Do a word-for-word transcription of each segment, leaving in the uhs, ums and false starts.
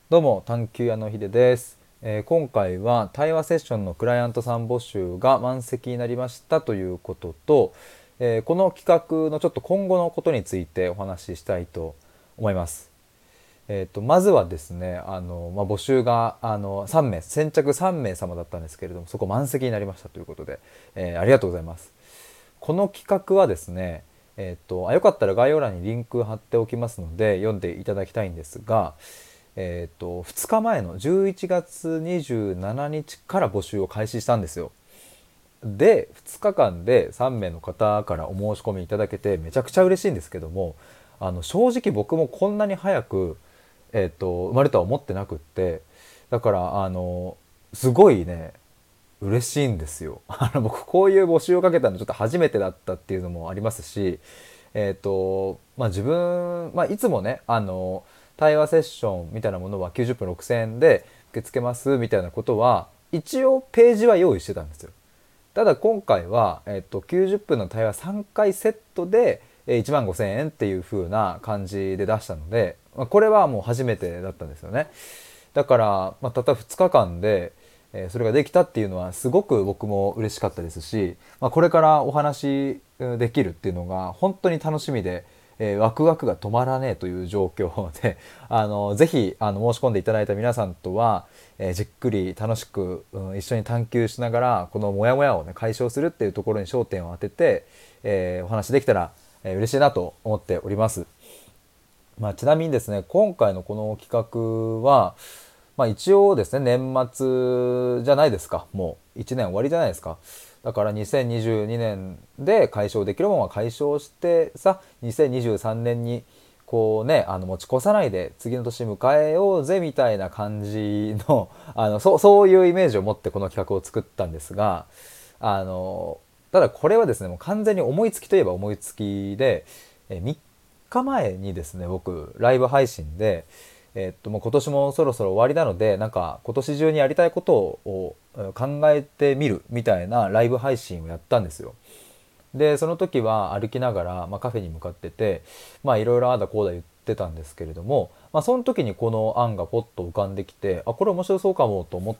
どうも探求屋のひでです、えー今回は対話セッションのクライアントさん募集が満席になりましたということと、えーこの企画のちょっと今後のことについてお話ししたいと思います。えー、とまずはですねあの、まあ、募集があのさんめい先着さんめい様だったんですけれども、そこ満席になりましたということで、えーありがとうございます。この企画はですね、えっ、とあよかったら概要欄にリンク貼っておきますので読んでいただきたいんですが、えっ、とふつかまえのじゅういちがつにじゅうしちにちから募集を開始したんですよ。でふつかかんでさんめいの方からお申し込みいただけてめちゃくちゃ嬉しいんですけども、あの正直僕もこんなに早く、えっ、と生まれるとは思ってなくって、だからあのすごいね嬉しいんですよ。あの僕こういう募集をかけたのちょっと初めてだったっていうのもありますし、えっ、とまあ自分、まあ、いつもねあの対話セッションみたいなものはきゅうじゅっぷんろくせんえんで受け付けますみたいなことは一応ページは用意してたんですよ。ただ今回は、えっと、きゅうじゅっぷんの対話さんかいセットでいちまんごせんえんっていう風な感じで出したので、まあ、これはもう初めてだったんですよね。だから、まあ、たったふつかかんで、えーそれができたっていうのはすごく僕も嬉しかったですし、まあ、これからお話できるっていうのが本当に楽しみで、えーワクワクが止まらねえという状況であのぜひあの申し込んでいただいた皆さんとは、えーじっくり楽しく、うん、一緒に探求しながらこのモヤモヤを、ね、解消するっていうところに焦点を当てて、えーお話できたら、えー嬉しいなと思っております。まあ、ちなみにですね今回のこの企画は、まあ、一応ですね年末じゃないですか。もういちねん終わりじゃないですか。だからにせんにじゅうにねんで解消できるものは解消してさ、にせんにじゅうさんねんにこうねあの持ち越さないで次の年迎えようぜみたいな感じのあのそそういうイメージを持ってこの企画を作ったんですが、あのただこれはですねもう完全に思いつきといえば思いつきで、えみっかまえにですね僕ライブ配信で、えっともう今年もそろそろ終わりなのでなんか今年中にやりたいことを考えてみるみたいなライブ配信をやったんですよ。でその時は歩きながら、まあ、カフェに向かってて、まあいろいろああだこうだ言ってたんですけれども、まあ、その時にこの案がポッと浮かんできて、あこれ面白そうかもと思って、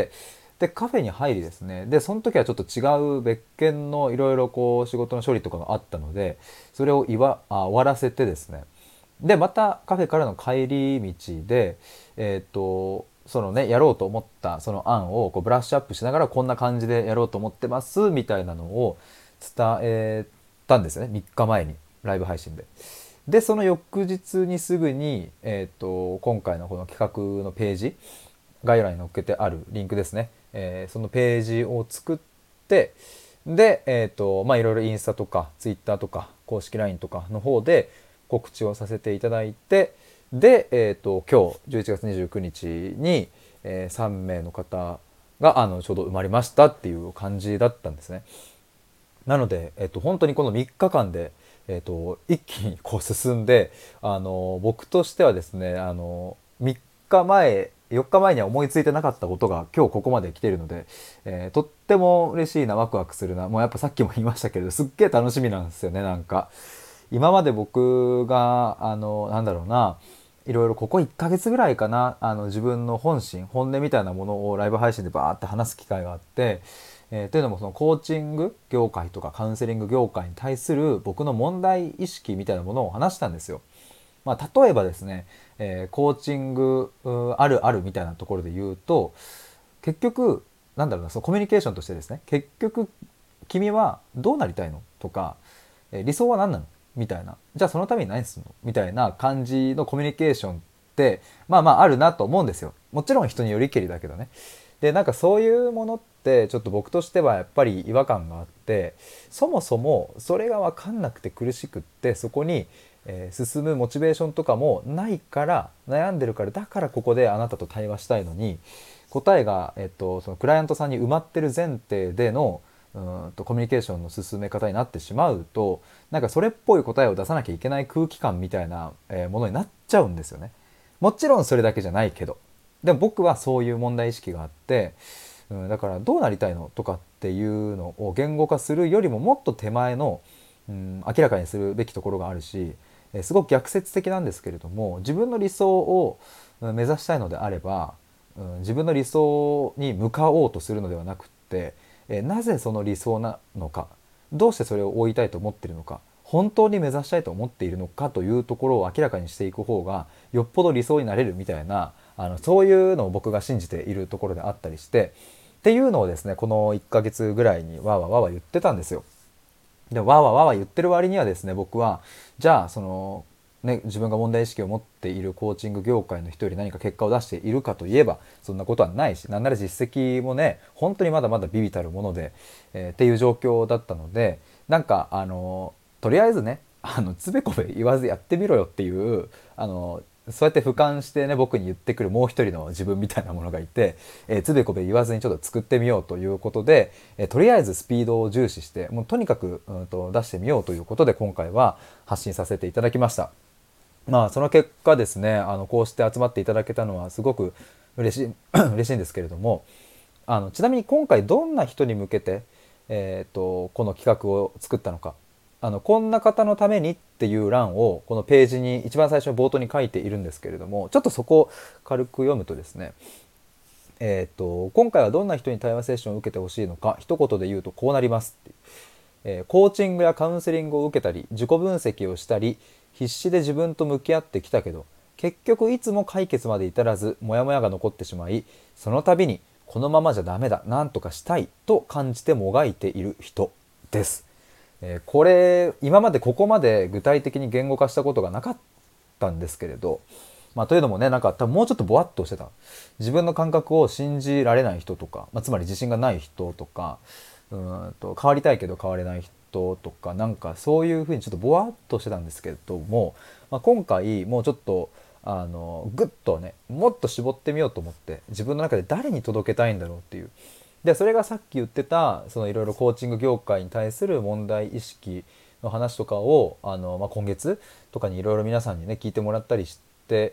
でカフェに入りですね、でその時はちょっと違う別件のいろいろこう仕事の処理とかがあったのでそれをいわあ終わらせてですね、でまたカフェからの帰り道でえっ、とそのねやろうと思ったその案をこうブラッシュアップしながらこんな感じでやろうと思ってますみたいなのを伝えたんですよね、みっかまえにライブ配信で。でその翌日にすぐに、えー、と今回のこの企画のページ概要欄に載っけてあるリンクですね、えーそのページを作って、でえっ、とまあいろいろインスタとかツイッターとか公式 ライン とかの方で告知をさせていただいて、で、えー、と今日じゅういちがつにじゅうくにちに、えーさんめいの方があのちょうど生まれましたっていう感じだったんですね。なので、えっと、本当にこのみっかかんで、えっと、一気にこう進んで、あの僕としてはですねあのみっかまえよっかまえには思いついてなかったことが今日ここまで来ているので、えーとっても嬉しいな、ワクワクするな、もうやっぱさっきも言いましたけれどすっげえ楽しみなんですよね。なんか今まで僕があのなんだろうないろいろここいっかげつぐらいかな、あの自分の本心本音みたいなものをライブ配信でバーって話す機会があって、えー、というのもそのコーチング業界とかカウンセリング業界に対する僕の問題意識みたいなものを話したんですよ。まあ、例えばですね、えーコーチングあるあるみたいなところで言うと、結局なんだろうな、そのコミュニケーションとしてですね、結局君はどうなりたいのとか、えー理想は何なのみたいな、じゃあそのために何するのみたいな感じのコミュニケーションってまあまああるなと思うんですよ。もちろん人によりけりだけどね。でなんかそういうものってちょっと僕としてはやっぱり違和感があって、そもそもそれが分かんなくて苦しくってそこに、えー進むモチベーションとかもないから悩んでるから、だからここであなたと対話したいのに答えが、えっと、そのクライアントさんに埋まってる前提でのうんとコミュニケーションの進め方になってしまうと、なんかそれっぽい答えを出さなきゃいけない空気感みたいな、えーものになっちゃうんですよね。もちろんそれだけじゃないけど、でも僕はそういう問題意識があって、うん、だからどうなりたいのとかっていうのを言語化するよりももっと手前の、うん、明らかにするべきところがあるし、えーすごく逆説的なんですけれども、自分の理想を、 目指したいのであれば、うん、自分の理想に向かおうとするのではなくって、えーなぜその理想なのか、どうしてそれを追いたいと思っているのか、本当に目指したいと思っているのかというところを明らかにしていく方がよっぽど理想になれるみたいな、あのそういうのを僕が信じているところであったりして、っていうのをですねこのいっかげつぐらいにわーわーわーわー言ってたんですよ。でわーわーわーわー言ってる割にはですね、僕はじゃあそのね、自分が問題意識を持っているコーチング業界の人より何か結果を出しているかといえばそんなことはないし、なんなら実績もね本当にまだまだ微々たるもので、えーっていう状況だったので、なんかあのとりあえずね、あのつべこべ言わずやってみろよっていう、あのそうやって俯瞰してね僕に言ってくるもう一人の自分みたいなものがいて、えーつべこべ言わずにちょっと作ってみようということで、えーとりあえずスピードを重視してもうとにかく、うん、と出してみようということで今回は発信させていただきました。まあその結果ですね、あのこうして集まっていただけたのはすごく嬉しい嬉しいんですけれども、あのちなみに今回どんな人に向けて、えー、とこの企画を作ったのか、あのこんな方のためにっていう欄をこのページに一番最初の冒頭に書いているんですけれども、ちょっとそこを軽く読むとですね、えー、と今回はどんな人に対話セッションを受けてほしいのか一言で言うとこうなりますっていう、えーコーチングやカウンセリングを受けたり自己分析をしたり必死で自分と向き合ってきたけど結局いつも解決まで至らずモヤモヤが残ってしまい、その度にこのままじゃダメだなんとかしたいと感じてもがいている人です。えーこれ今までここまで具体的に言語化したことがなかったんですけれど、まあ、というのもね、なんか多分もうちょっとぼわっとしてた、自分の感覚を信じられない人とか、まあ、つまり自信がない人とか、うーんと変わりたいけど変われない人とか、なんかそういうふうにちょっとぼわっとしてたんですけれども、まあ、今回もうちょっとあのグッとねもっと絞ってみようと思って、自分の中で誰に届けたいんだろうっていう、でそれがさっき言ってたそのいろいろコーチング業界に対する問題意識の話とかをあの、まあ、今月とかにいろいろ皆さんにね聞いてもらったりして、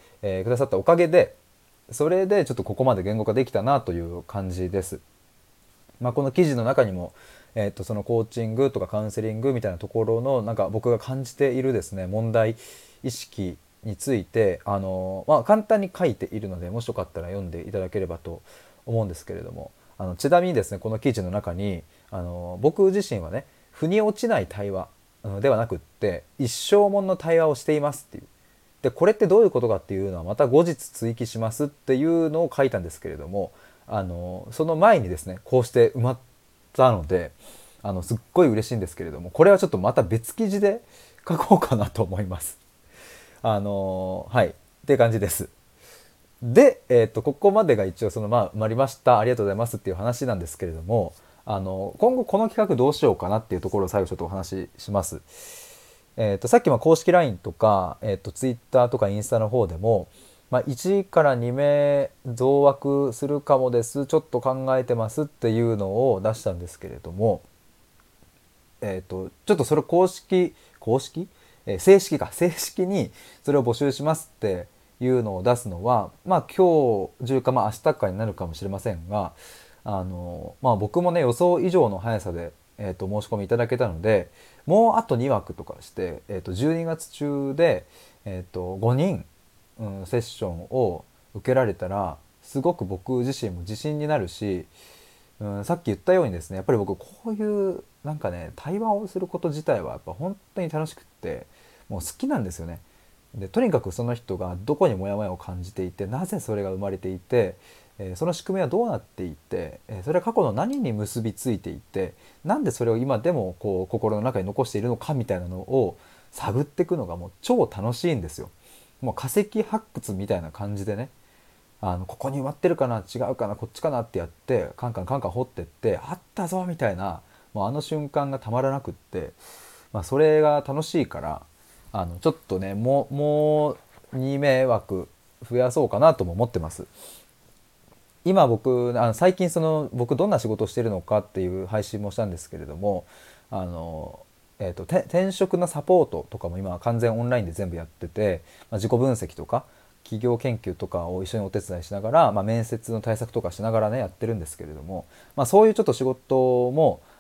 えーくださったおかげで、それでちょっとここまで言語化できたなという感じです。まあ、この記事の中にも、えー、とそのコーチングとかカウンセリングみたいなところのなんか僕が感じているですね問題意識についてあの、まあ、簡単に書いているので、もしよかったら読んでいただければと思うんですけれども、あのちなみにですねこの記事の中にあの僕自身はね腑に落ちない対話うんではなくって一生もんの対話をしていますっていう、でこれってどういうことかっていうのはまた後日追記しますっていうのを書いたんですけれども、あのその前にですねこうして埋まったので、あのすっごい嬉しいんですけれども、これはちょっとまた別記事で書こうかなと思います。あのはいっていう感じです。で、えー、とここまでが一応そのまあ埋まりましたありがとうございますっていう話なんですけれども、あの今後この企画どうしようかなっていうところを最後ちょっとお話しします。えー、とさっきも公式 ライン とか、えー、と Twitter とかインスタの方でも、まあ、いちからに名増枠するかもですちょっと考えてますっていうのを出したんですけれども、えー、とちょっとそれ公式公式、えー正式か正式にそれを募集しますっていうのを出すのは、まあ今日中か、まあ、明日かになるかもしれませんが、あの、まあ、僕もね予想以上の速さで、えー、と申し込みいただけたので、もうあとに枠とかして、えー、とじゅうにがつ中で、えー、とごにん、うん、セッションを受けられたらすごく僕自身も自信になるし、うん、さっき言ったようにですねやっぱり僕こういうなんかね対話をすること自体はやっぱ本当に楽しくってもう好きなんですよね。でとにかくその人がどこにモヤモヤを感じていて、なぜそれが生まれていて、えーその仕組みはどうなっていて、えーそれは過去の何に結びついていて、なんでそれを今でもこう心の中に残しているのかみたいなのを探っていくのがもう超楽しいんですよ。もう化石発掘みたいな感じでね、あのここに埋まってるかな違うかなこっちかなってやってカンカンカンカン掘ってってあったぞみたいな、もうあの瞬間がたまらなくって、まあ、それが楽しいからあのちょっとねもうもうに名枠増やそうかなとも思ってます。今僕あの最近その僕どんな仕事をしてるのかっていう配信もしたんですけれども、あの、えーと、て転職のサポートとかも今は完全オンラインで全部やってて、まあ、自己分析とか企業研究とかを一緒にお手伝いしながら、まあ、面接の対策とかしながらねやってるんですけれども、まあ、そういうちょっと仕事も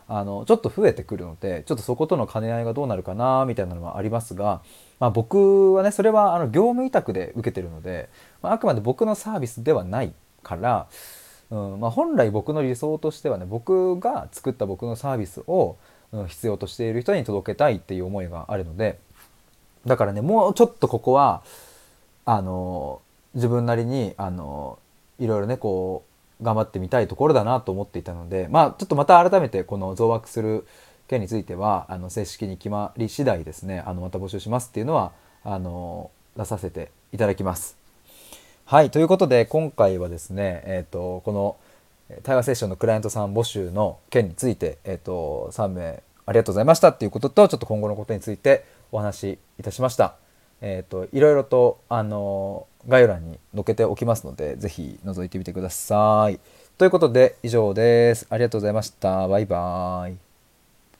あのちょっと増えてくるので、ちょっとそことの兼ね合いがどうなるかなみたいなのはありますが、まあ、僕はねそれはあの業務委託で受けてるので、まあ、あくまで僕のサービスではないから、うんまあ、本来僕の理想としてはね、僕が作った僕のサービスを、うん、必要としている人に届けたいっていう思いがあるので、だからねもうちょっとここはあの自分なりにあのいろいろねこう頑張ってみたいところだなと思っていたので、まあちょっとまた改めてこの増枠する件についてはあの正式に決まり次第ですね、あのまた募集しますっていうのはあの出させていただきます。はい、ということで今回はですね、えー、とこの対話セッションのクライアントさん募集の件について、えー、とさん名ありがとうございましたっていうことと、ちょっと今後のことについてお話しいたしました。えっ、といろいろとあの概要欄に載っけておきますので、ぜひ覗いてみてください。ということで以上です。ありがとうございました。バイバーイ。